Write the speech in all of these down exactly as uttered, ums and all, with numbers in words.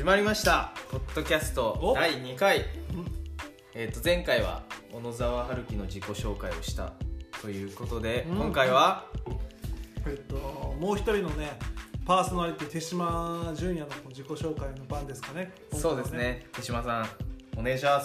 まりましたポッドキャストだいにかい、えー、と前回は小野沢春樹の自己紹介をしたということで、うん、今回は、 えっと、もう一人のねパーソナリティ手島純也の自己紹介の番ですかね。 そうですね、手島さんお願いします。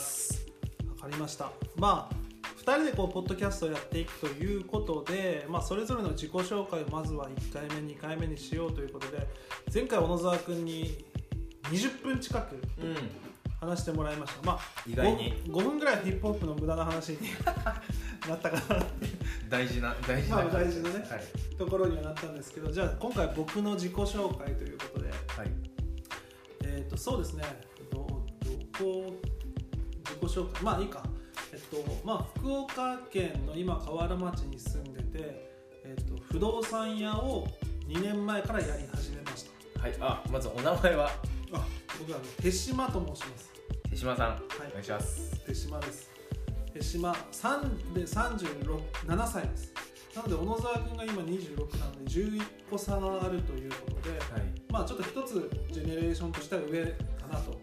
わかりました。まあふたりでこうポッドキャストをやっていくということで、まあ、それぞれの自己紹介をまずはいっかいめにかいめにしようということで、前回小野沢君ににじゅっぷん近く話してもらいました、うん、まあ意外にご, ごふんぐらいヒップホップの無駄な話になったかなって大事な大事な、 まあ、大事なね、はい、ところにはなったんですけど、じゃあ今回僕の自己紹介ということで、はい、えーとそうですね、どどこ自己紹介まあいいか、えっとまあ、福岡県の今河原町に住んでて、えっと、不動産屋をにねんまえからやり始めました。 はい、あ、まずお名前は？ あ、僕は手島と申します。 手島さん、はい、お願いします。 手島です。手島さんでさんじゅうななさいです。なので小野沢君が今にじゅうろくなのでじゅういっこ差があるということで、はい、まあちょっと一つジェネレーションとしては上かなと。はい、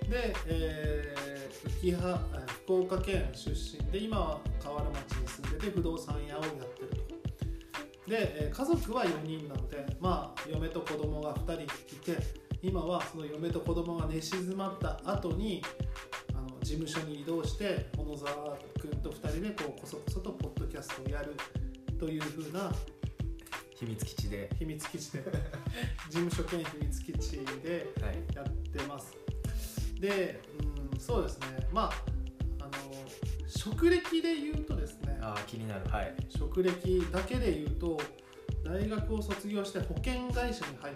で、えー、浮葉福岡県出身で今は河原町に住んでて不動産屋をやってると。で家族はよにんなので、まあ、嫁と子供がふたりいて、今はその嫁と子供が寝静まった後にあの事務所に移動して小野沢君とふたりでこうこそこそとポッドキャストをやるというふうな秘密基地で秘密基地で事務所兼秘密基地でやってます、はい、で、うん、そうですね、まああの職歴で言うとですね、 あ、気になる、はい、 職歴だけで言うと大学を卒業して保険会社に入って、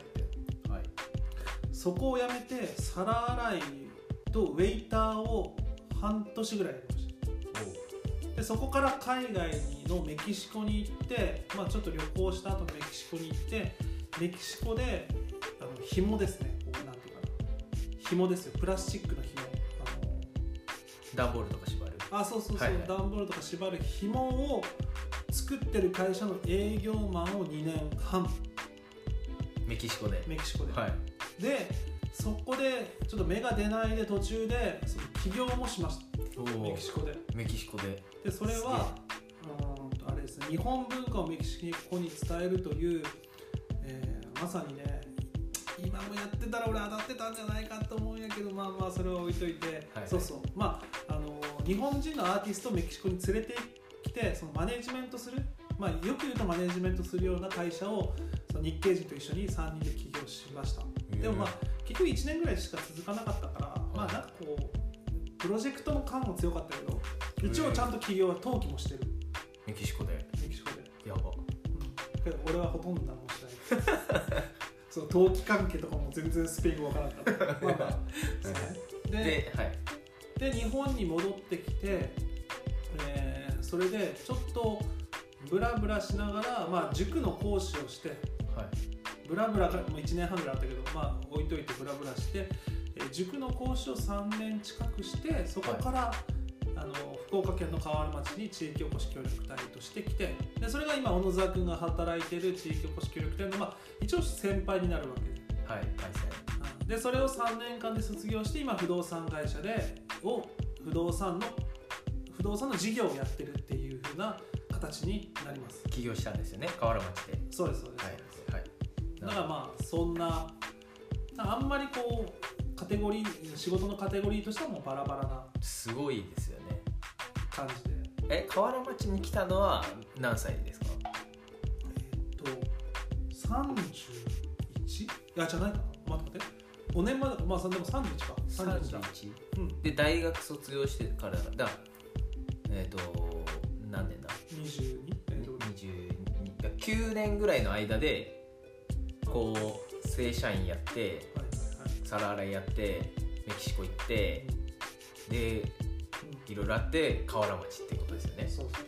はい、そこを辞めて皿洗いとウェイターを半年ぐらいやりました。でそこから海外のメキシコに行って、まあ、ちょっと旅行した後メキシコに行ってメキシコであの紐ですね、こうなんていうかな、紐ですよ、プラスチックの紐、あの段ボールとか縛る、 あ、そうそうそう、はいはい、段ボールとか縛る紐を作ってる会社の営業マンをにねんはんメキシコでメキシコで、 はい、 でそこでちょっと芽が出ないで途中でその起業もしました。メキシコでメキシコででそれはうんあれですね、日本文化をメキシコに伝えるという、えー、まさにね、今もやってたら俺当たってたんじゃないかと思うんやけど、まあまあそれは置いといて、はいはい、そうそう、まああの日本人のアーティストをメキシコに連れてきてそのマネジメントする、まあ、よく言うとマネジメントするような会社をその日系人と一緒にさんにんで起業しました。でもまあ結局いちねんぐらいしか続かなかったから、まあなんかこうプロジェクトの感も強かったけど、一応ちゃんと起業は登記もしてる。 メキシコでメキシコでやば、 うん、俺はほとんど何もしないその登記関係とかも全然スペイン語わからなかったまあまあで, で, はい、で日本に戻ってきて、えー、それでちょっとブラブラしながら、まあ、塾の講師をして、はい、ブラブラがもういちねんはんぐらいあったけど、まあ、置いといてブラブラして、えー、塾の講師をさんねん近くして、そこから、はい、あの福岡県の河原町に地域おこし協力隊として来て、でそれが今小野沢君が働いている地域おこし協力隊の、まあ、一応先輩になるわけで、 はい、パイセンでそれをさんねんかんで卒業して今不動産会社でを不動産の不動産の事業をやってるっていう風な形になります。 起業したんですよね、河原町で。 そうですそうです、はいはい、だからまあそんなあんまりこうカテゴリー仕事のカテゴリーとしてはもうバラバラなすごいですよね感じで。 え、河原町に来たのは何歳ですか？ えー、っとさんじゅういち？いやじゃないかな、待って待って、ごねんまえだ、まあでもさんじゅういちか、 さんじゅういち、うん、で大学卒業してからだ、えっ、ー、と何年だ？ にじゅうに？えー、 にじゅうにだきゅうねんぐらいの間でこう正社員やって、はいはいはい、皿洗いやってメキシコ行って、うん、でいろいろあって河原町っていうことですよね。 そうそう、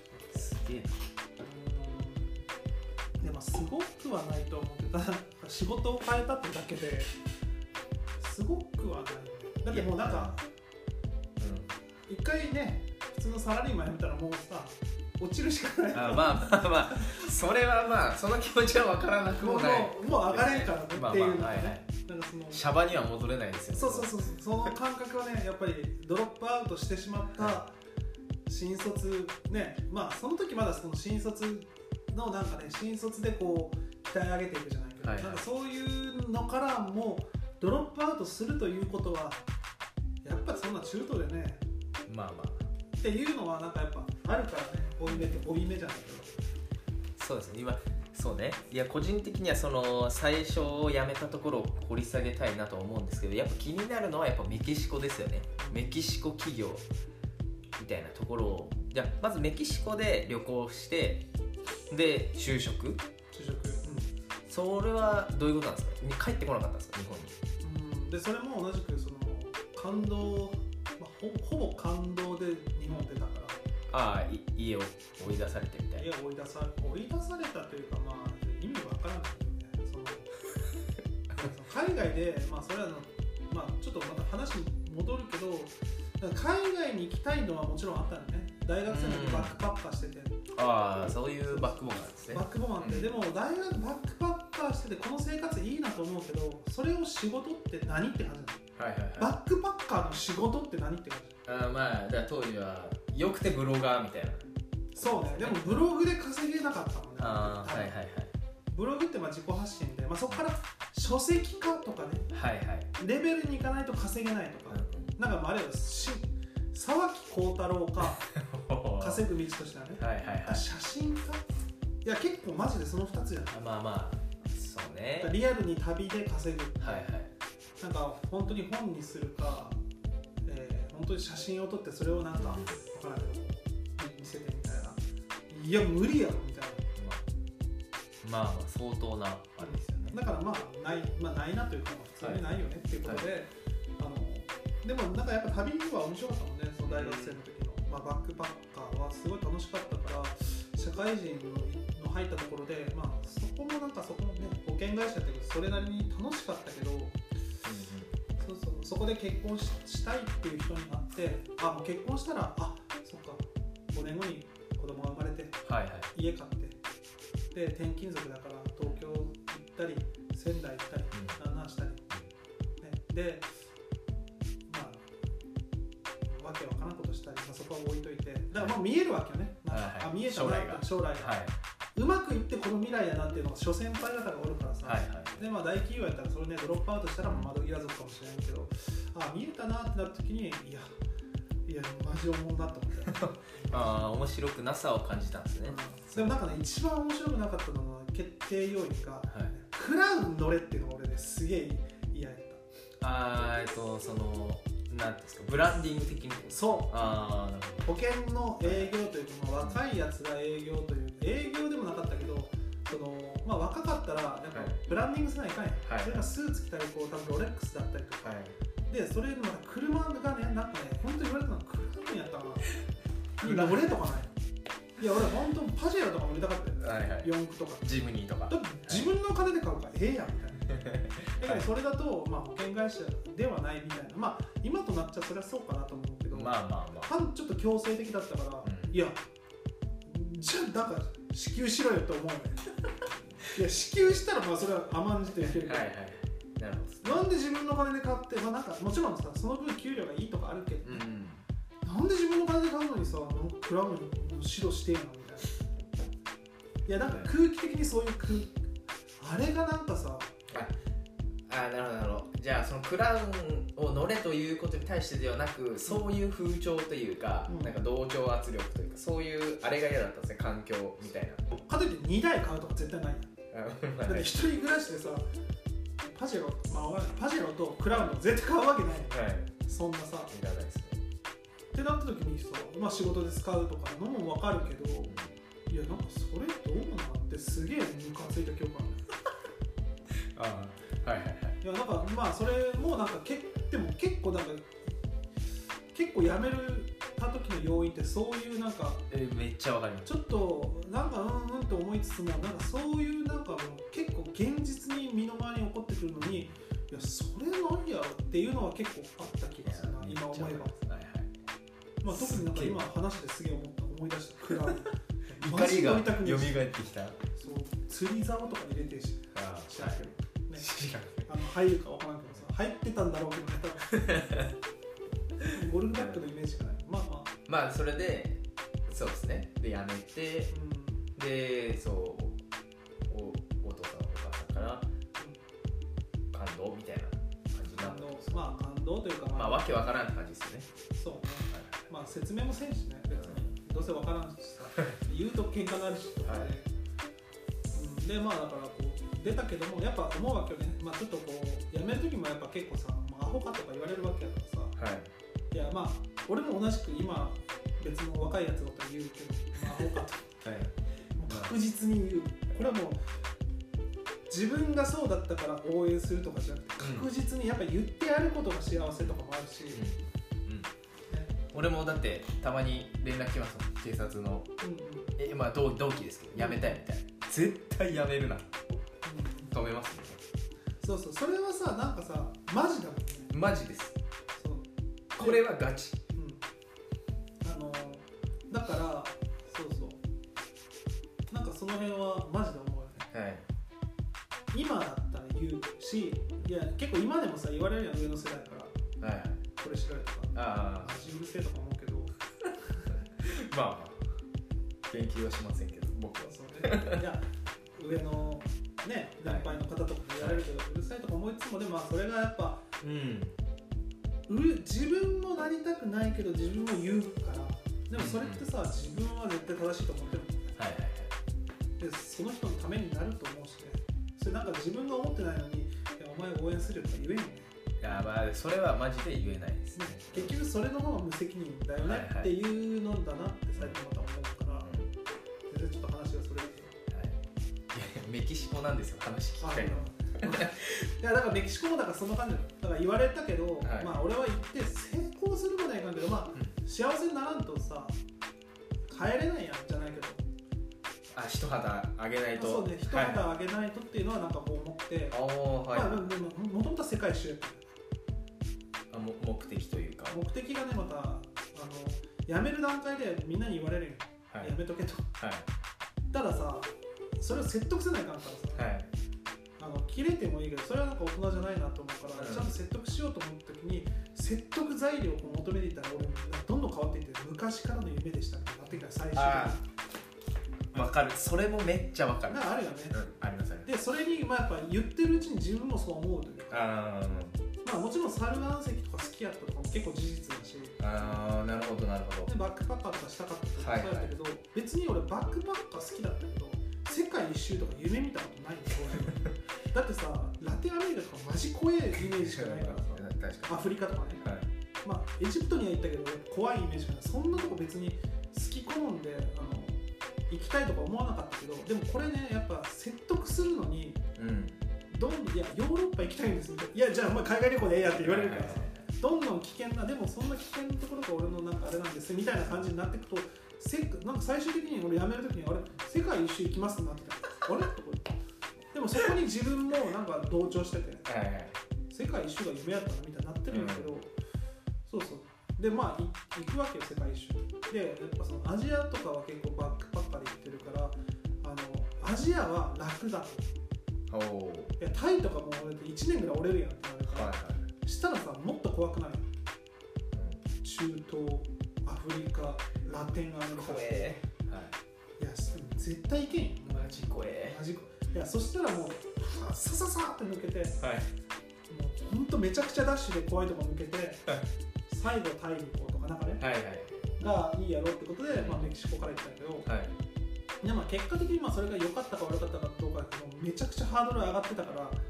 すげえな。 うん、でもすごくはないと思うけど、仕事を変えたってだけですごくはない。だってもうなんか一、うん、回ね普通のサラリーマン辞めたらもうさ落ちるしかない。 あ、まあまあまあそれはまあその気持ちは分からなくもない。 もうもう上がれんからね、まあまあ、っていうのがね、はいはい、 なんかそのシャバには戻れないですよね。 そうそうそうそう、その感覚はねやっぱりドロップアウトしてしまった新卒ね、まあその時まだその新卒のなんかね新卒でこう鍛え上げていくじゃないけど、はいはい、なんかそういうのからもドロップアウトするということはやっぱりそんな中途でね、 まあまあっていうのはなんかやっぱあるからね、負い目って負い目じゃないけど。 そうですね、今そうね、いや個人的にはその最初を辞めたところを掘り下げたいなと思うんですけど、やっぱ気になるのはやっぱメキシコですよね。メキシコ企業みたいなところを、じゃあまずメキシコで旅行してで就職就職、うん、 それはどういうことなんですか？帰ってこなかったんですか日本に？ うん、でそれも同じくその感動、まあ、ほ, ほぼ感動で日本出たから、 ああ家を追い出されてみたいな。 家を追い出さ追い出されたというか、まあ意味わからないけどね、その海外で、まあそれはの、まあ、ちょっとまた話に戻るけど、海外に行きたいのはもちろんあったのね。大学生の時バックパッカーしてて、 ああそういうバックボーンなんですね。 バックボーンあって、うん、でも大学バックパッカーしててこの生活いいなと思うけど、それを仕事って何って感じなの、はいはいはい、バックパッカーの仕事って何って感じ。 あまあだから当時はよくてブロガーみたいな。 そうね、でもブログで稼げなかったもんね。 あはいはいはい。 ブログってまあ自己発信で、まあ、そこから書籍化とかね、 はいはい、 レベルに行かないと稼げないとか、うん、なんかあれは沢木耕太郎か稼ぐ道としてはね、はいはいはい、写真家、いや結構マジでそのふたつじゃない。 まあまあそうね、 リアルに旅で稼ぐ、 はいはい、 なんか本当に本にするか、えー、本当に写真を撮ってそれをなんか、うん、分からないけど見せてみたいな、いや無理やろみたいな、 まあ、まあ相当なあれですよね。 だからまあない、まあ、ないなというか普通にないよねっていうことで、はい、あのでもなんかやっぱ旅は面白かったもんね、その大学生の時の、まあ、バックパッカーはすごい楽しかったから、社会人の入ったところで、まあ、そこもなんかそこもね保険会社ってそれなりに楽しかったけど、うんうん、そうそうそこで結婚 し, したいっていう人になって、あもう結婚したらあそっかごねんごに子供が生まれて、はいはい、家買ってで転勤族だから東京行ったり仙台行ったり、うん、なんなんしたり、ね、でわけわからんことしたり、まあ、そこは置いといて、だからまあ見えるわけよね、はいはい、あ見えたなって将来が、はい、うまくいってこの未来やなっていうのが諸先輩方がおるからさ、はいはい、でまあ大企業やったらそれねドロップアウトしたら窓際族かもしれないけど、あ見えたなってなった時にいやいやマジ思うなと思ってああ面白くなさを感じたんですね、 うん、でもなんかね一番面白くなかったのは決定要因が、はい、クラウン乗れっていうのが俺ねすげえ嫌やった。 あーえっとそのなんですかブランディング的にそうあ保険の営業というか、まあ、若いやつが営業という営業でもなかったけどその、まあ、若かったらやっぱブランディングせないかんや、はい、それがスーツ着たりこう多分ロレックスだったりとか、はい、でそれでまた車がねなんかね本当に言われたのはクラウンやったな乗れとかないいや俺本当パジェラとか乗りたかったよ、はいはい、四駆とかジムニーとかだって自分の金で買うからええやんみたいなだからそれだと、まあ、保険会社ではないみたいな、まあ今となっちゃそれはそうかなと思うけど、まあまあまあちょっと強制的だったから、うん、いやじゃあだから支給しろよと思うねいや支給したらまあそれは甘んじていけるけど、はいはい、なるほどなんで自分の金で買って、まあ、なんかもちろんさその分給料がいいとかあるけど、ねうん、なんで自分の金で買うのにさクラウンの指導してんのみたいないやなんか空気的にそういう空あれがなんかさあなるほどなるほど。じゃあそのクラウンを乗れということに対してではなく、そういう風潮というか、うん、なんか同調圧力というかそういうあれが嫌だったんですね、環境みたいな。 かといってにだい買うとか絶対ないやんだって一人暮らしでさパジェロ、まあ、パジェロとクラウンを絶対買うわけない、はい、そんなさいらないですねってなった時にさ、まあ、仕事で使うとかのも分かるけど、うん、いやなんかそれどうなんってすげえムカついた記憶あるねああはいはいはいいやなんかまあそれもなんかけでも結構なんか結構やめるた時の要因ってそういうなんかえめっちゃわかります。 ちょっとなんかうんうんと思いつつもなんかそういうなんかもう結構現実に身の回りに起こってくるのにいやそれなんやろっていうのは結構あった気がするな今思えば、はいはいまあ、特になんか今話ですげえ思った思い出したクラウン怒りが蘇ってきた。 そう釣り竿とか入れてしああ、はいね、あの入るか分からんけどさ、入ってたんだろうけどね、多分ゴルフバッグのイメージがない。まあまあまあそれでそうですね、でやめて、うん、でそうお, お父さんお母さんから、うん、感動みたいな感じになったんです。 まあ感動というか、 まあ、まあわけわからん感じですね。 そうね、はい、まあ説明もせんしね、別にどうせわからんしさ言うと喧嘩になるしとかで、はい、うん、でまあだからこう出たけどもやっぱ思うわけよね。まあちょっとこう辞める時もやっぱ結構さ、まあ、アホかとか言われるわけやからさ、はい、いやまあ俺も同じく今別の若いやつのこと言うけど、まあ、アホかと、はい、もう確実に言う。これはもう自分がそうだったから応援するとかじゃなくて、確実にやっぱ言ってやることが幸せとかもあるし、うんうんね、 俺もだってたまに連絡来ますもん、警察の、うんうん、えまあ 同, 同期ですけど、辞めたいみたいな、絶対辞めるな、うん、止めますね。 そうそう、それはさ、なんかさ、マジだもんね。 マジです。そうこれはガチ、うん、 あのだからそうそうなんかその辺はマジで思うよね、はい、今だったら言うし、いや結構今でもさ言われるやん、上の世代から、はい、これ知られとか、ああ自分せえとか思うけどまあまあ言及はしませんけど、僕はそうねいや上のね年配の方とかも言われるけど、はい、うるさいとか思いつつも、でもまあそれがやっぱ、うん、自分もなりたくないけど自分も言うから、でもそれってさ、うん、自分は絶対正しいと思ってるもんね、はいはいはい、でその人のためになると思うしね。それなんか自分が思ってないのに、いやお前応援するとか言えんよね。 いやまあそれはマジで言えないですね。 結局それの方が無責任だよねっていうのだなって最近また思うから、全然ちょっと話がそれだけど、はい、 メキシコなんですよ話聞きたいのいやだからメキシコもだからそんな感じだから言われたけど、はい、まあ俺は言って成功するまではいかんけど、まあ、うん、幸せにならんとさ帰れないやんじゃないけど、 あ一肌あげないと、 そうね、一肌あげないとっていうのはなんかこう思って、はい、まあ、でももともとは世界一周やった、 あも目的というか目的がね、またあの辞める段階でみんなに言われるよ、はい、辞めとけと、はい、たださそれを説得せないかんからさ、はい、あの切れてもいいけどそれはなんか大人じゃないなと思うから、うん、ちゃんと説得しようと思った時に説得材料を求めていたら俺どんどん変わっていって、昔からの夢でしたみたいになってきたら最終的にわかる、それもめっちゃわかる。 なんかあるよね、 うん、ありますあります。 でそれにまあやっぱ言ってるうちに自分もそう思うというか、あまあもちろん猿岩石とか好きやったとかも結構事実だし、ああなるほどなるほど。 でバックパッカーとかしたかったとかそうやったけど、はいはい、別に俺バックパッカー好きだったけど世界一周とか夢見たことないんですよだってさラテンアメリカとかマジ怖いイメージしかないからさアフリカとかね、はい、まあエジプトには行ったけど怖いイメージがない。そんなとこ別に好き好んであの行きたいとか思わなかったけど、でもこれねやっぱ説得するのに、うん、どんどんいやヨーロッパ行きたいんですみたいな、いやじゃあお前海外旅行でええやって言われるからさ、どんどん危険な、でもそんな危険なところが俺のなんかあれなんですみたいな感じになっていくと、せなんか最終的に俺辞めるときにあれ世界一周行きますってなってた、あれとこれでもそこに自分もなんか同調してて、はいはい、世界一周が夢やったなみたいになってるんだけど、うん、そうそうでまあ行くわけよ世界一周で、やっぱそのアジアとかは結構バックパッカーで行ってるから、あのアジアは楽だと、おいやタイとかも俺いちねんぐらい折れるやんってなるから、はいはい、したらさもっと怖くない、うん、中東アフリカラテンアメリカ怖え、はい、いや絶対行けんよマジ怖えマジ怖え。いやそしたらもうさささって抜けて、はい、もうほんとめちゃくちゃダッシュで怖いとこ抜けて、はい、最後タイに行こうとかなんかね、はいはいがいいやろってことで、まあ、メキシコから行ったけど、はい、でまあ結果的にまあそれが良かったか悪かったかどうかってもうめちゃくちゃハードル上がってたから、はい、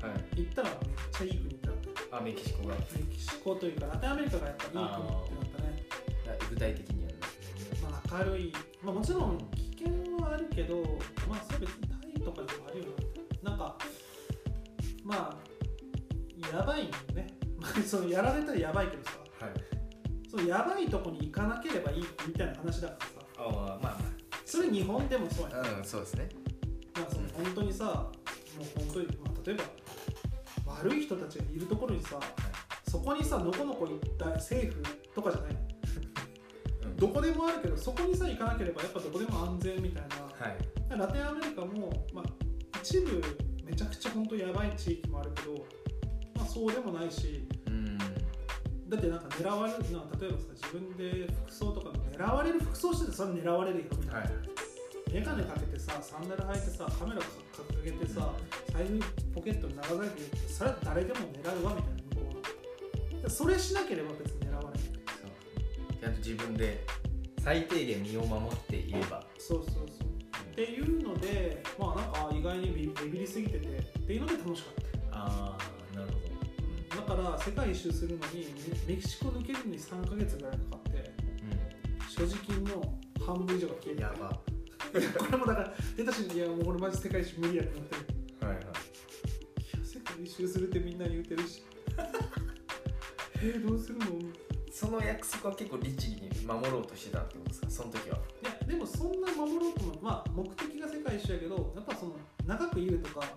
行ったらめっちゃいい国だった。 あメキシコがメキシコというかラテンアメリカがやっぱいい国ってなったね。 具体的にはね、 まあ、明るい、まあ、もちろん危険はあるけど、まあそれ別にタイとかでもあるよな。なんかまあやばいんだよねそのやられたらやばいけどさ、はい、そのやばいとこに行かなければいいみたいな話だからさ、あまあまあそれ日本でもそうやね、 うん、そうですね。 なんかその本当にさ、もう本当に、まあ、例えば悪い人たちがいるところにさ、はい、そこにさのこのこ行った政府とかじゃない、うん、どこでもあるけどそこにさ行かなければやっぱどこでも安全みたいな、はい、ラテンアメリカも、まあ、一部めちゃくちゃ本当やばい地域もあるけど、まあ、そうでもないし、うん、だってなんか狙われるな、例えばさ自分で服装とか狙われる服装しててそれ狙われるよみたいな、はい、メガネかけてさサンダル履いてさカメラ掲げてさ、うん、財布ポケットに長財布入れてそれは誰でも狙うわみたいな向こうはそれしなければ別に狙われない。 ちゃんと自分で最低限身を守っていれば、 そうそうそう、うん、っていうのでまあなんか意外にビビりすぎててっていうので楽しかった。 ああなるほど、 うん、だから世界一周するのにメキシコ抜けるのにさんかげつぐらいかかって、うん、所持金の半分以上が消えて、 やばこれもだから出た瞬間いやもう俺マジ世界一周無理やってなってる。はいはい、いや世界一周するってみんな言うてるしえー、どうするの。 その約束は結構律儀に守ろうとしてたってことですか、その時は。 いやでもそんな守ろうとも、まあ目的が世界一周やけどやっぱその長くいるとか、はい、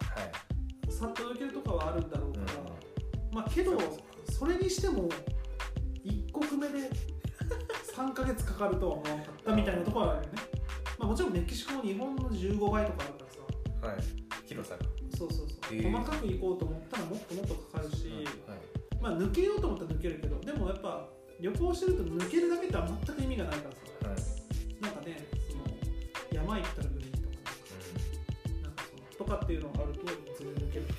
さっと抜けるとかはあるんだろうから、うん、まあけどそれにしてもいっこくめでさんかげつかかるとは思わなかったみたいなところはあるよね。まあもちろんメキシコも日本のじゅうごばいとかあるからさ、はい、 広さがそうそうそう、えー、細かくいこうと思ったらもっともっとかかるし、はい、まあ抜けようと思ったら抜けるけどでもやっぱ旅行してると抜けるだけっては全く意味がないからさ、はい、なんかねその山行ったらグリーンとかなんか、うん、なんかそのとかっていうのがあると全然抜ける、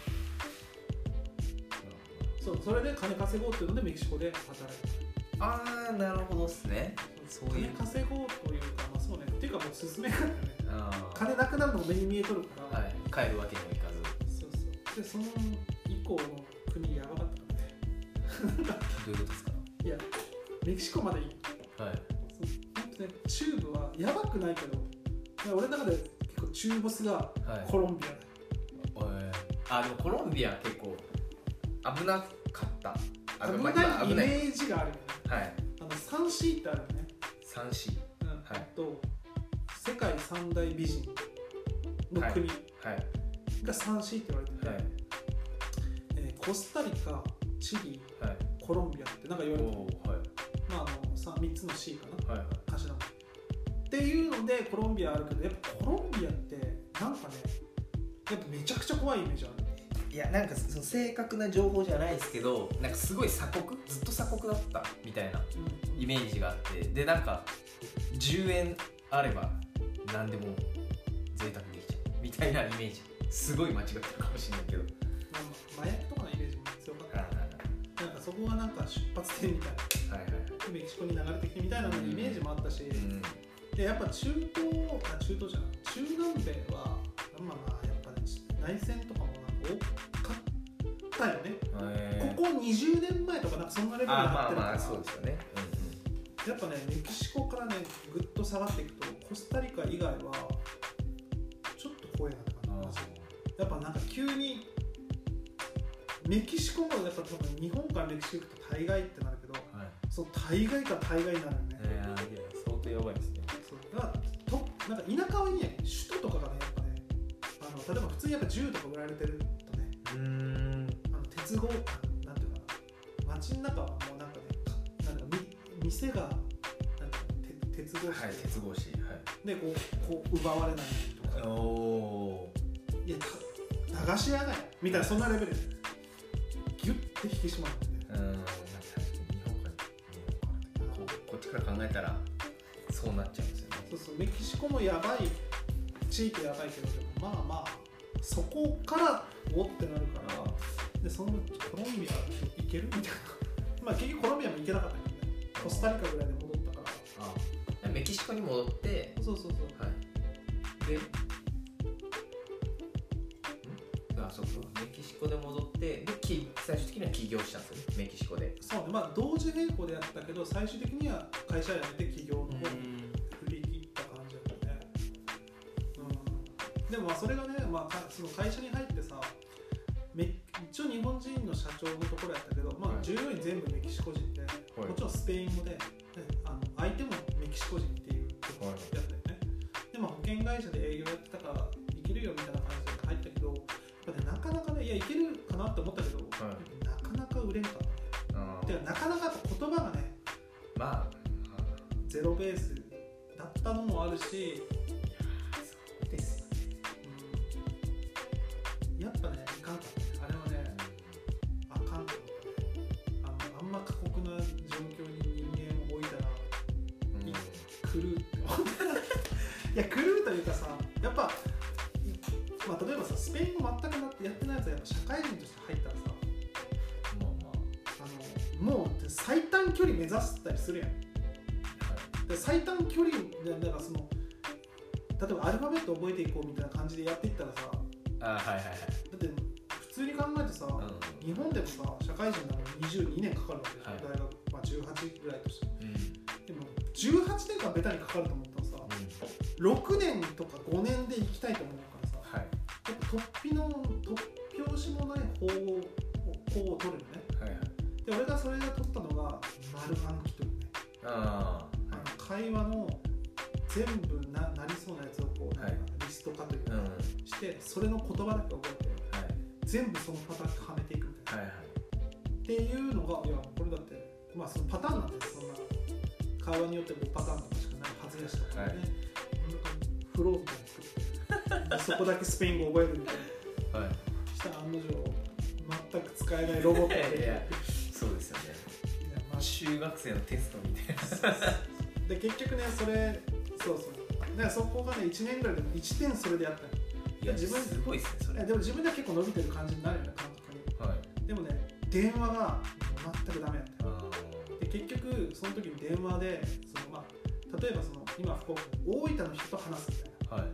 うん、そうそれで金稼ごうっていうのでメキシコで働いてる。 ああなるほどですね。 そういう金稼ごうというかまあそうねっていうかもう進め方ね、金なくなるのも目に見えとるから、はい、 帰るわけにもいかず、 そうそうでその以降の国やばかったからねどういうことですか。 いやメキシコまでいい、はい、そうね、中部はやばくないけど俺の中で結構中ボスがコロンビア、 はい、あでもコロンビア結構危なかった。 危ないイメージがあるよね、はい、あの スリーシー ってあるよね。 スリーシー、うん、はい、 と世界三大美人の国が スリーシー って言われてて、はい、えー、コスタリカ、チリ、はい、コロンビアってなんか言われてる、はい、まあ、あの 3, 3つの C かな、はいはい、頭のっていうのでコロンビアあるけどやっぱコロンビアってなんかねやっぱめちゃくちゃ怖いイメージある。 いやなんかその正確な情報じゃないですけどなんかすごい鎖国ずっと鎖国だったみたいなイメージがあって、でなんかじゅうえんあれば何でも贅沢できちゃうみたいなイメージ、すごい間違ってるかもしれないけど、 まあ、麻薬とかのイメージも強かった、はいはいはい、なんかそこがなんか出発点みたいな、はいはい、メキシコに流れてきてみたいなのイメージもあったし、うん、でやっぱ中東あ中東じゃない中南米はまあまあやっぱ、ね、内戦とかもなんか多かったよね、ここにじゅうねんまえとかなんかそんなレベルになってるから、まあまあそうですよね、うんうん、やっぱねメキシコからねぐっと下がっていくとコスタリカ以外はちょっと怖いなって感じ。やっぱなんか急にメキシコもやっぱ多分日本からメキシコ行くと大概ってなるけど、はい、そう大概から大概になるよね。 いやいや相当やばいですね。 そうだからとなんか田舎はいいね、首都とかがねやっぱねあの例えば普通にやっぱ銃とか売られてるとね、うーんあの鉄道なんていうかな街の中はもうなんかねなんかみ店がなんか鉄格子、 はい、鉄格子、はい、 でこうこう奪われないとか、おいや駄菓子屋がやみたいな、そんなレベルでギュッて引き締まるんで、うん、 日本からここっちから考えたらそうなっちゃうんですよね。 そうそう、メキシコもやばい地域やばいけどでもまあまあそこからおってなるからでそのコロンビア行けるみたいなまあ結局コロンビアも行けなかったけどね、コスタリカぐらいで戻ったから、ああメキシコに戻って、 そうそうそう、 はい、であそうそうメキシコで戻ってで最終的には起業したんですよね、メキシコで。 そうね、まあ同時並行でやったけど最終的には会社辞めて起業の方に振り切った感じだったね。うん、でもまあそれがね、まあ、その会社に入ってさ一応日本人の社長のところやったけど、まあ、従業員全部メキシコ人で、はい、もちろんスペイン語で、ね、あの相手もメキシコ人っていうところやったよね、はい、でも保険会社で営業やってたからいけるよみたいな感じで入ったけどやっぱ、ね、なかなかねいやいけるかなって思ったけど、はい、なかなか売れんかったね。でなかなか言葉がね、 まあ、 ゼロベースだったのもあるし、 そうですよね、 うん、やっぱね短距離目指したりするやん、はい、で最短距離だからその例えばアルファベット覚えていこうみたいな感じでやっていったらさあ、はいはいはい、 だって普通に考えてさ、うん、日本でもさ社会人なのににじゅうにねんかかるわけで、はい、大学、まあ、じゅうはちぐらいとして、うん、でもじゅうはちねんかんベタにかかると思ったらさ、うん、ろくねんとかごねんで行きたいと思うからさ、はい、やっぱ突飛の突拍子もない方をこう取るよね、はいはい、で俺がそれが取ったのが丸暗記というね、ああの会話の全部 な, なりそうなやつをこう、はい、リスト化というか、うん、してそれの言葉だけ覚えて、はい、全部そのパターンはめていくみたいな、はいはい、っていうのがいやこれだってまあそのパターンなんてそんな会話によってごパターンとかしかないはずやしとかね、はい、フローみたいに作ってそこだけスペイン語覚えるみたいな、はい、したら案の定全く使えないロボットができるそうですよね、いや、まあ、中学生のテストみたいなで結局ねそれそうそうだからそこがねいちねんぐらいでもいってんそれでやったの。 いや自分すごいっすねそれ。 でも自分では結構伸びてる感じになるよね感覚に、はい、でもね電話が全くダメやったで結局その時に電話でその、まあ、例えばその今福岡大分の人と話すみたいな、はい、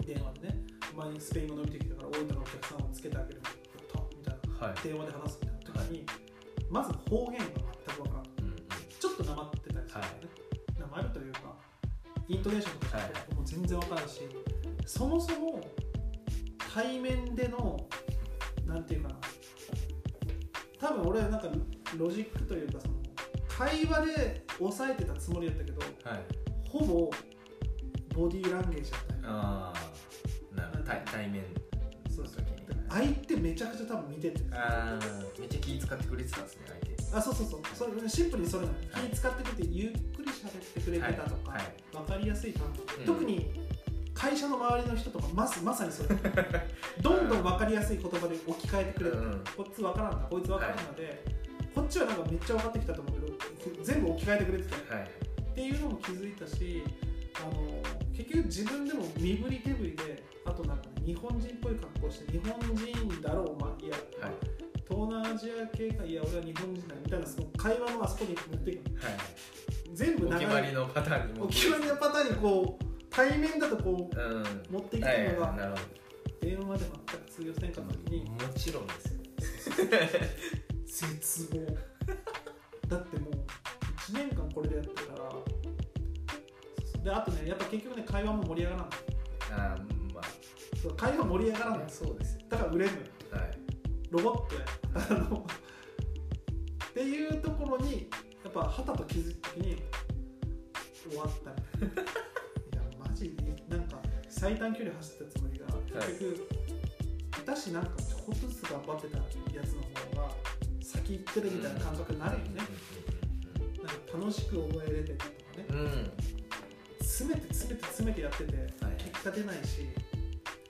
電話でね前にスペイン語伸びてきたから大分のお客さんをつけてあげるみたいな、はい、電話で話すみたいな時に、はい、まず方言が全く分からない、うんうん、ちょっとなまってたりするよね、なまるというかイントネーションとかも全然分からんし、はい、そもそも対面でのなんていうかな多分俺なんかロジックというかその会話で抑えてたつもりだったけど、はい、ほぼボディーランゲージだったよ。ああ、なるほど。対, 対面の時に相手めちゃくちゃ多分見ててあめっちゃ気使ってくれてたんですね相手。 あそうそうそう、それシンプルにそれなの、はい、気使ってくれてゆっくり喋ってくれてたとか、はいはい、分かりやすい単語、うん、特に会社の周りの人とか ま, まさにそれどんどん分かりやすい言葉で置き換えてくれる、うん、こっち分からんなこいつ分からんなで、はい、こっちはなんかめっちゃ分かってきたと思うけど全部置き換えてくれてた、はい、っていうのも気づいたしあの結局自分でも身振り手振りであとなんか、ね、日本人っぽい格好して日本人だろうまあいや、はい、東南アジア系かいや俺は日本人だみたいなその会話のあそこに持っていく、はい、全部お決まりのパターンにお決まりのパターンにこう対面だとこう、うん、持っていくのが、はい、電話で全く通用せんかった時にもちろんですよ絶望だってもういちねんかんこれでやってたらであとねやっぱ結局ね会話も盛り上がらないあまあそう会話盛り上がらないそうですよだから売れるのよ、はい、ロボットやあのっていうところにやっぱはたと気づいた時に終わったみたいないやマジでなんか最短距離走ったつもりが結局、はい、だしなんかちょっとずつ頑張ってたやつの方が先行ってるみたいな感覚になるよね、うん、なんか楽しく覚えれてるとかね、うん詰めて詰めて詰めてやってて結果出ないし、はい、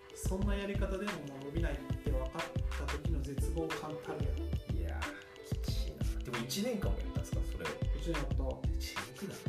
そんなやり方でももう伸びないって分かった時の絶望感たるやん。いやーきちいな。でもいちねんかんもやったんですかそれ。 いちねんやった。 地獄だ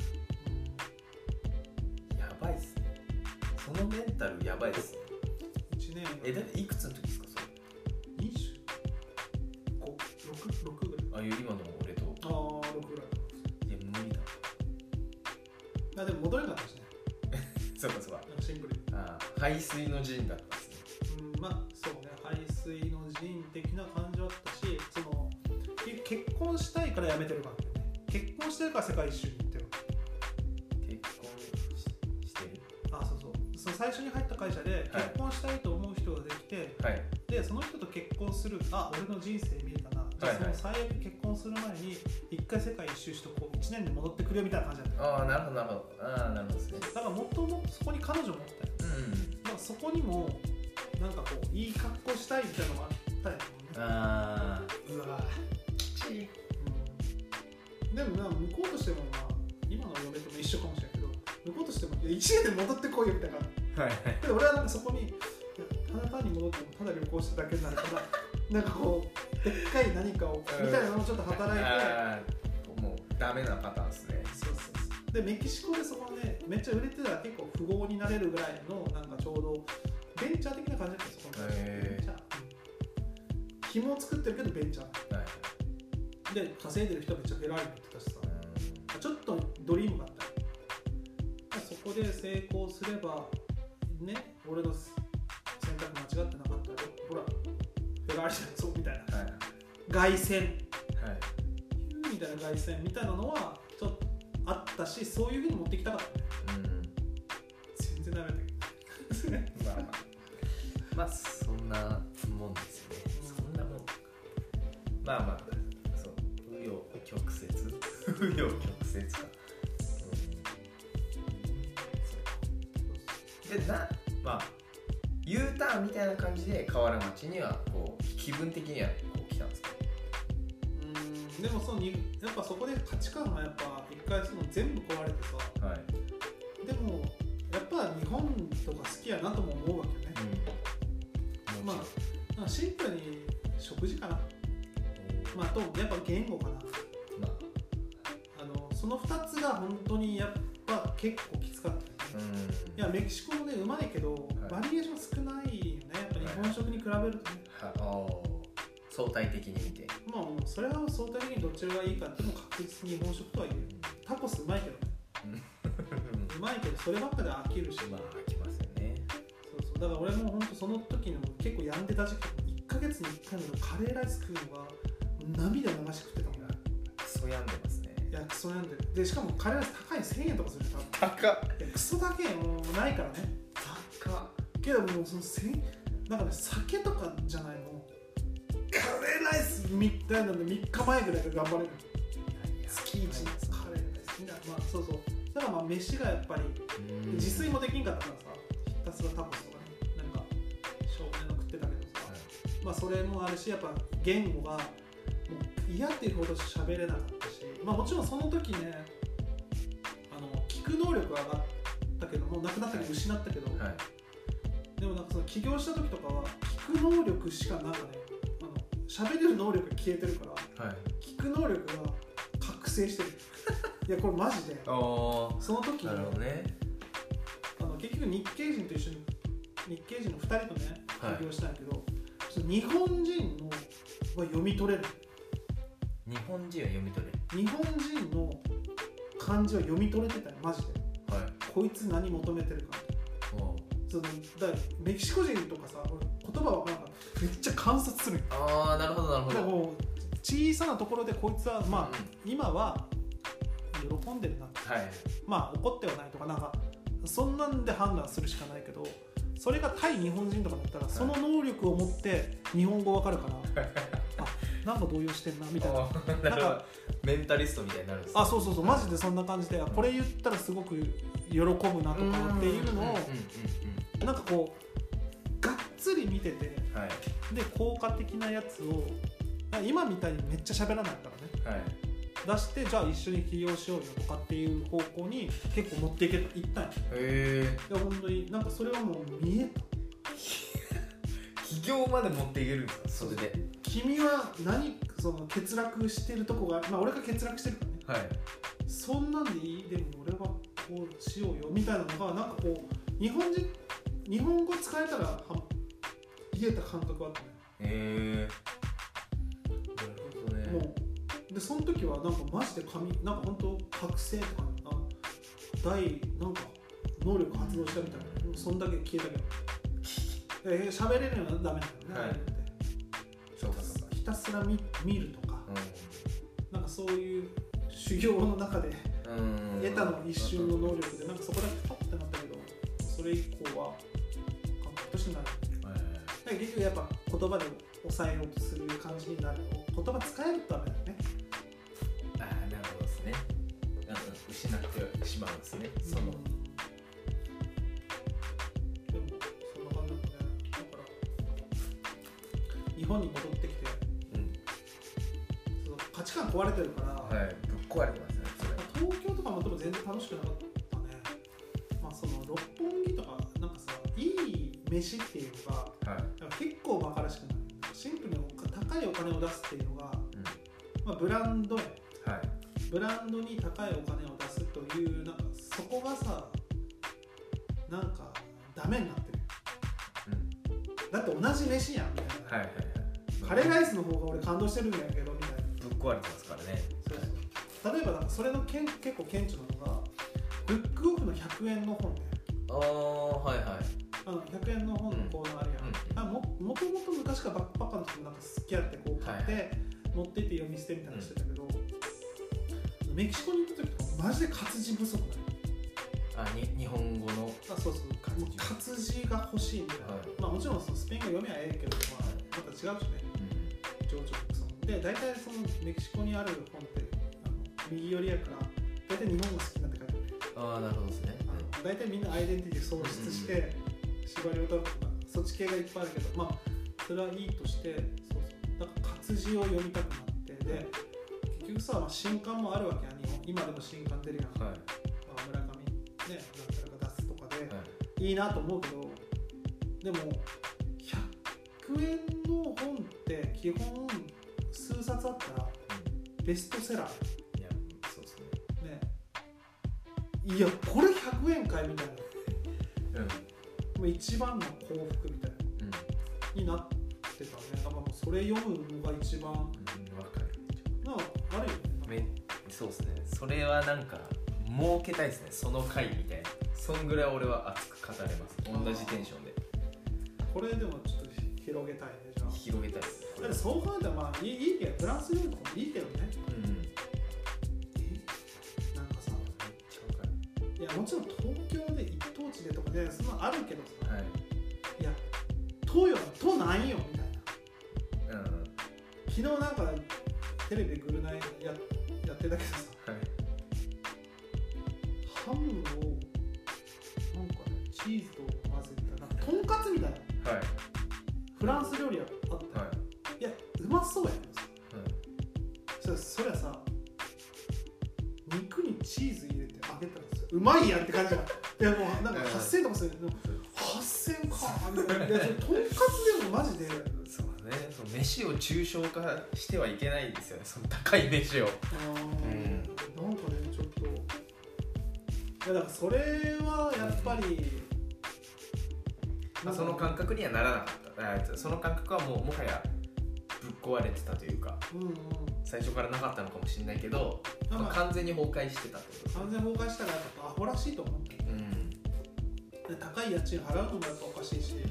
な、うん、やばいっすねそのメンタルやばいっすねいちねんえだっていくつの時ですかそれ。 にじゅうご、ろく、ろくぐらい。 あ今の俺とああろくぐらい。 いや無理だ。 あでも戻れなかったしねそうかそうかシンプルにあ排水の陣だったんですね。 うんまあそうね排水の陣的な感じだったしその結婚したいから辞めてるからね結婚してるから世界一周に行ってる結婚 し, してるあそうそうその最初に入った会社で結婚したいと思う人ができて、はい、でその人と結婚するあ俺の人生見えたなじゃあその最悪結婚する前に一回世界一周してこういちねんで戻ってくるよみたいな感じだった。 ああなるほどなるほどああなるほどですね。 だからもともとそこに彼女もおったよ、うんうん、だからそこにもなんかこういい格好したいみたいなのがあったよね。ああうわきちい、うん、でもな向こうとしてもまあ今の嫁とも一緒かもしれないけど向こうとしてもいちねんで戻ってこいよみたいな、はいはい、で俺はなんかそこにただ単に戻ってもただ旅行しただけになるからなんかこうでっかい何かを、うん、みたいなのをちょっと働いてもうダメなパターンですね。 そうそうそうでメキシコでそこねめっちゃ売れてたら結構富豪になれるぐらいのなんかちょうどベンチャー的な感じだったんですよ。ベンチャー、うん、紐を作ってるけどベンチャー、はい、で稼いでる人はめっちゃフェラーリ乗ってたしさ、はい、 ドリームがあったり、そこで成功すればね、俺の選択間違ってなかったら、ほらフェラーリだそうみたいな、はい、凱旋、はい、みたいな凱旋みたいなのはちょっとあったし、そういう風に持ってきたかったね、うん、全然ダメだけどまあまあまあそんなもんですよね、うん、そんなもんまあまあそう紆余曲折紆余曲折か、うん、でなまあ U ターンみたいな感じで河原町にはこう気分的にはこう来たんですか？ うん、でもそのやっぱそこで価値観がやっぱ一回その全部壊れてさ、はい、でもやっぱ日本とか好きやなとも思うわけよね、うん、まあシンプルに食事かな、まあとやっぱ言語かな、まあ、あのそのふたつが本当にやっぱ結構きつかった、ね、うん、いやメキシコもねうまいけど、はい、バリエーション少ないよね、やっぱ日本食に比べるとね、はいはい、 相対的に見て、 まあそれは相対的にどちらがいいかっても確実に日本食とは言える、タコスうまいけどねうまいけどそればっかで飽きるし、 まあ飽きますよね。 そうそう、だから俺も本当その時の結構病んでた時期、いっかげつにいっかいのカレーライス食うのが涙流し食ってたもん。 クソ病んでますね。 いやクソ病んでる。でしかもカレーライス高い、せんえんとかするよ多分。高っ。 いやクソ高いもうないからね。 高っ。 けどもうそのせんなんかね酒とかじゃないの。カレーライスみたいなのでみっかまえぐらいで頑張れる。月いちのカレーライスみたいな、まあそうそう。だからまあ飯がやっぱり自炊もできんかったからさ、ひたすらタコスとかね、なんか少年の食ってたけどさ、はい、まあそれもあるし、やっぱ言語がもう嫌っていうほど喋れなかったし、まあもちろんその時ね、あの聞く能力は上がったけども、なくなったけど失ったけど、はいはい、でもなんかその起業した時とかは聞く能力しかなんかね、あの喋れる能力が消えてるから、はい、聞く能力が覚醒してる。いやこれマジでその時に、ね、あの結局日系人と一緒に日系人のふたりとね起業したんやけど、はい、日本人のは読み取れる。 日本人は読み取れる。 日本人の漢字は読み取れてたよマジで、はい、こいつ何求めてるかみたいな。そのだからメキシコ人とかさ、言葉はなんかめっちゃ観察する。 ああなるほどなるほど。 もう小さなところでこいつはまあ、うん、今は喜んでるな、はい、まあ怒ってはないとかなんかそんなんで判断するしかないけど、それが対日本人とかだったら、はい、その能力を持って日本語わかるから、はい、あなんか動揺してんなみたいななんかメンタリストみたいになるんですか。 あそうそうそうマジでそんな感じで、これ言ったらすごく喜ぶなとかっていうのをなんかこうがっつり見てて、はい、で効果的なやつを今みたいにめっちゃ喋らないからね、はい、出してじゃあ一緒に起業しようよとかっていう方向に結構持っていけたいったんや。へえ。本当になんかそれはもう見えた。 起業まで持っていけるんですかそれで。 君は何その欠落してるとこが、まあ俺が欠落してるからね、はい、そんなんでいい、でも俺はこうしようよみたいなのがなんかこう日本人日本語使えたらは言えた感覚があったね。へえ。なるほどね。もうでその時はなんかマジで神なんか本当覚醒とかな大なんか能力発動したみたいな、うん、そんだけ消えたけどえー、喋れるのはダメだよね、はい、そうかそうか。ひたすら 見, 見るとか、うん、なんかそういう修行の中で得たの一瞬の能力でなんかそこだけパッてなったけど、それ以降は感覚としてなる、はい、結局やっぱ言葉で抑えようとする感じになる。言葉使えるとダメだよね。 ああなるほどですね。なんか失ってしまうんですね、うん、その日本に戻ってきて、うん、その価値観壊れてるから、 はい、ぶっ壊れてますねそれ。東京とかもでも全然楽しくなかったね。まあその六本木とかなんかさ、いい飯っていうのが、はい、結構バカらしくない。シンプルに高いお金を出すっていうのが、うんまあ、ブランドや、はい、ブランドに高いお金を出すというなんかそこがさ、なんかダメになってる、うん、だって同じ飯やんみたいな、はいはいはい、カレーライスの方が俺感動してるんやけどみたいな。 ぶっ壊れてますからね。そうそう、 例えばなんかそれのけん結構顕著なのがブックオフのひゃくえんの本ね。 ああはいはい。 あのひゃくえんの本のコーナーあるやん、うん、あ も, もともと昔からバックパッカーの人もなんか好きやってこう買って、はいはい、持っていって読み捨てみたいなのしてたけど、うん、メキシコに行った時とかマジで活字不足だね。 あに日本語のあそうそう活字が欲しいみたいな、はい、まあもちろんそのスペイン語読みはええけど、まあ、また違うしね、うん、情緒で大体そのメキシコにある本ってあの右寄りやから大体日本が好きになって書いてる。 ああなるほどですね。 大体みんなアイデンティティ喪失して、うん、司馬遼太郎とかそっち系がいっぱいあるけど、まあそれはいいとして、そうそうだから活字を読みたくなってで結局さ、まあ、新刊もあるわけや日本今でも新刊出るやん、はいまあ、村上ねなんか出すとかで、はい、いいなと思うけどでもひゃくえんの本って基本数冊あったらベストセラー。 いやそうですね。 ねいやこれひゃくえんかいみたいな、うん、一番の幸福みたいな、うん、になってたね。だからもうそれ読むのが一番、うん、分かるなあるよね。 そうですね。それはなんか儲けたいですねその回みたいな。そんぐらい俺は熱く語れます。同じテンションで。これでもちょっと広げたいね。じゃあ広げたいです。 だってそう考えたらまあいい、いいけどフランス料理とかもいいけどね。うんいやもちろん東京で一等地でとかでそんなあるけどさ、はい、いや東よ東なんよみたいな、うん、昨日なんかテレビでグルナイ や, やってたけどさ、はい、ハムをなんかねチーズと混ぜたなんかとんかつみたいな、はい、フランス料理やあった、はい、いやうまそうやけどさ、はい、そ, そりゃさ肉にチーズ入れて揚げたらうまいやんって感じじゃん。いやもうなんかはっせんとかするけど、はっせんかみたいな。いやとんかつでもマジで。 そうね。その飯を抽象化してはいけないんですよね。その高い飯を。あうん、なんかねちょっと。いやだからそれはやっぱり。 まあ、その感覚にはならなかった。その感覚はもうもはやぶっ壊れてたというか。うんうん最初からなかったのかもしれないけど、まあ、完全に崩壊してたってこと。 完全に崩壊したらやっぱアホらしいと思った、うん、で高い家賃払うのもやっぱおかしいし、うん、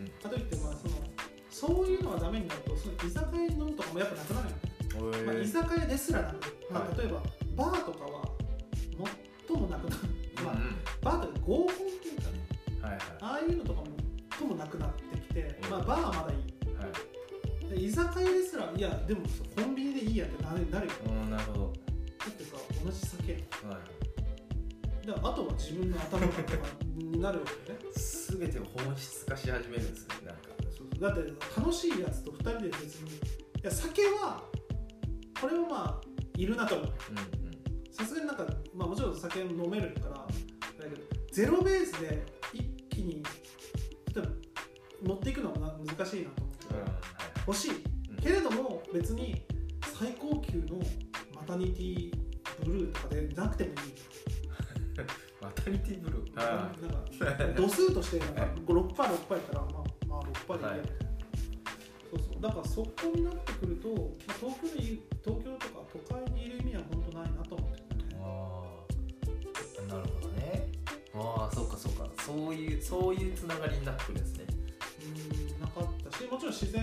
かといってまあそのそういうのがダメになるとその居酒屋に飲むとかもやっぱなくなるよね、まあ、居酒屋ですらなくなる、まあ、例えばバーとかは最もなくなる、まあうん、バーとか合コンっていうかね、はいはい、ああいうのとかも最もなくなってきて、まあ、バーはまだいい居酒屋ですらいやでもコンビニでいいやってなる, なるよ。 なるほど。 だってさ同じ酒やん、はい、だからあとは自分の頭とかになるわけね。 全てを本質化し始めるんですね。なんかそうそうだって楽しいやつとふたりで別にいや酒はこれはまあいるなと思う。さすがになんか、まあ、もちろん酒飲めるからだけどゼロベースで一気に例えば持っていくのは難しいなと思って、うん欲しい、うん、けれども別に最高級のマタニティブルーとかでなくてもいいマタニティブルーなんか度数としてなんか ろくパーセントろくパーセント やったらまあ、まあ、ろくパーセント でいいや、はい、そうそうだからそこになってくると、まあ、東京に東京とか都会にいる意味は本当ないなと思ってたね。 ああなるほどね。ああそうかそうかそういうそういうつながりになってくるんですね。 うんなかったしもちろん自然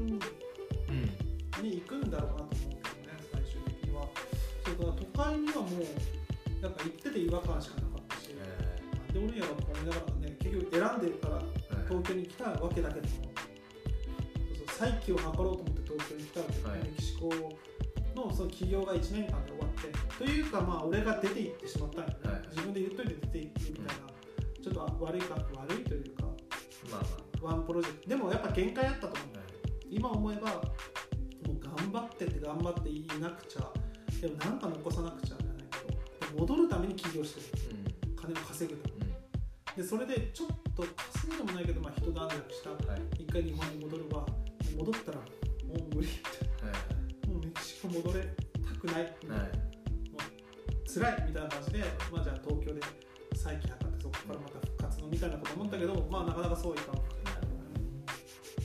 に行くんだろうなと思うけどね最終的には。そうだ都会にはもうやっぱ行ってて違和感しかなかったし、えー、なんでおるんやろと思いながらね結局選んでるから東京に来たわけだけども、えー、そうそう再起を図ろうと思って東京に来たわけで、はい、メキシコのその起業がいちねんかんで終わってというかまあ俺が出て行ってしまったんよね、はい、自分で言っといて出て行くみたいな、うん、ちょっと悪いか悪いというか、まあまあ、ワンプロジェクトでもやっぱ限界あったと思う、はい、今思えばもう頑張ってって頑張っていなくちゃでもなんか残さなくちゃじゃないけど戻るために起業してる、うん、金を稼ぐために、うん、でそれでちょっと稼いでもないけど、まあ、一段落した、はい、一回日本に戻るば戻ったらもう無理って、はい、もうメキシコ戻れたくない、はい、もう辛いみたいな感じで、まあ、じゃあ東京で再起図ってそこからまた復活のみたいなこと思ったけど、まあなかなかそういかん。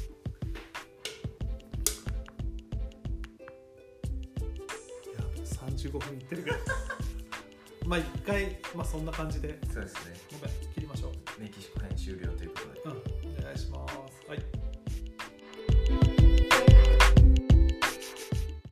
さんじじゅうごふんいってるけどまあ一回、まあ、そんな感じでそうですねごめん切りましょう。 メキシコ編終了ということで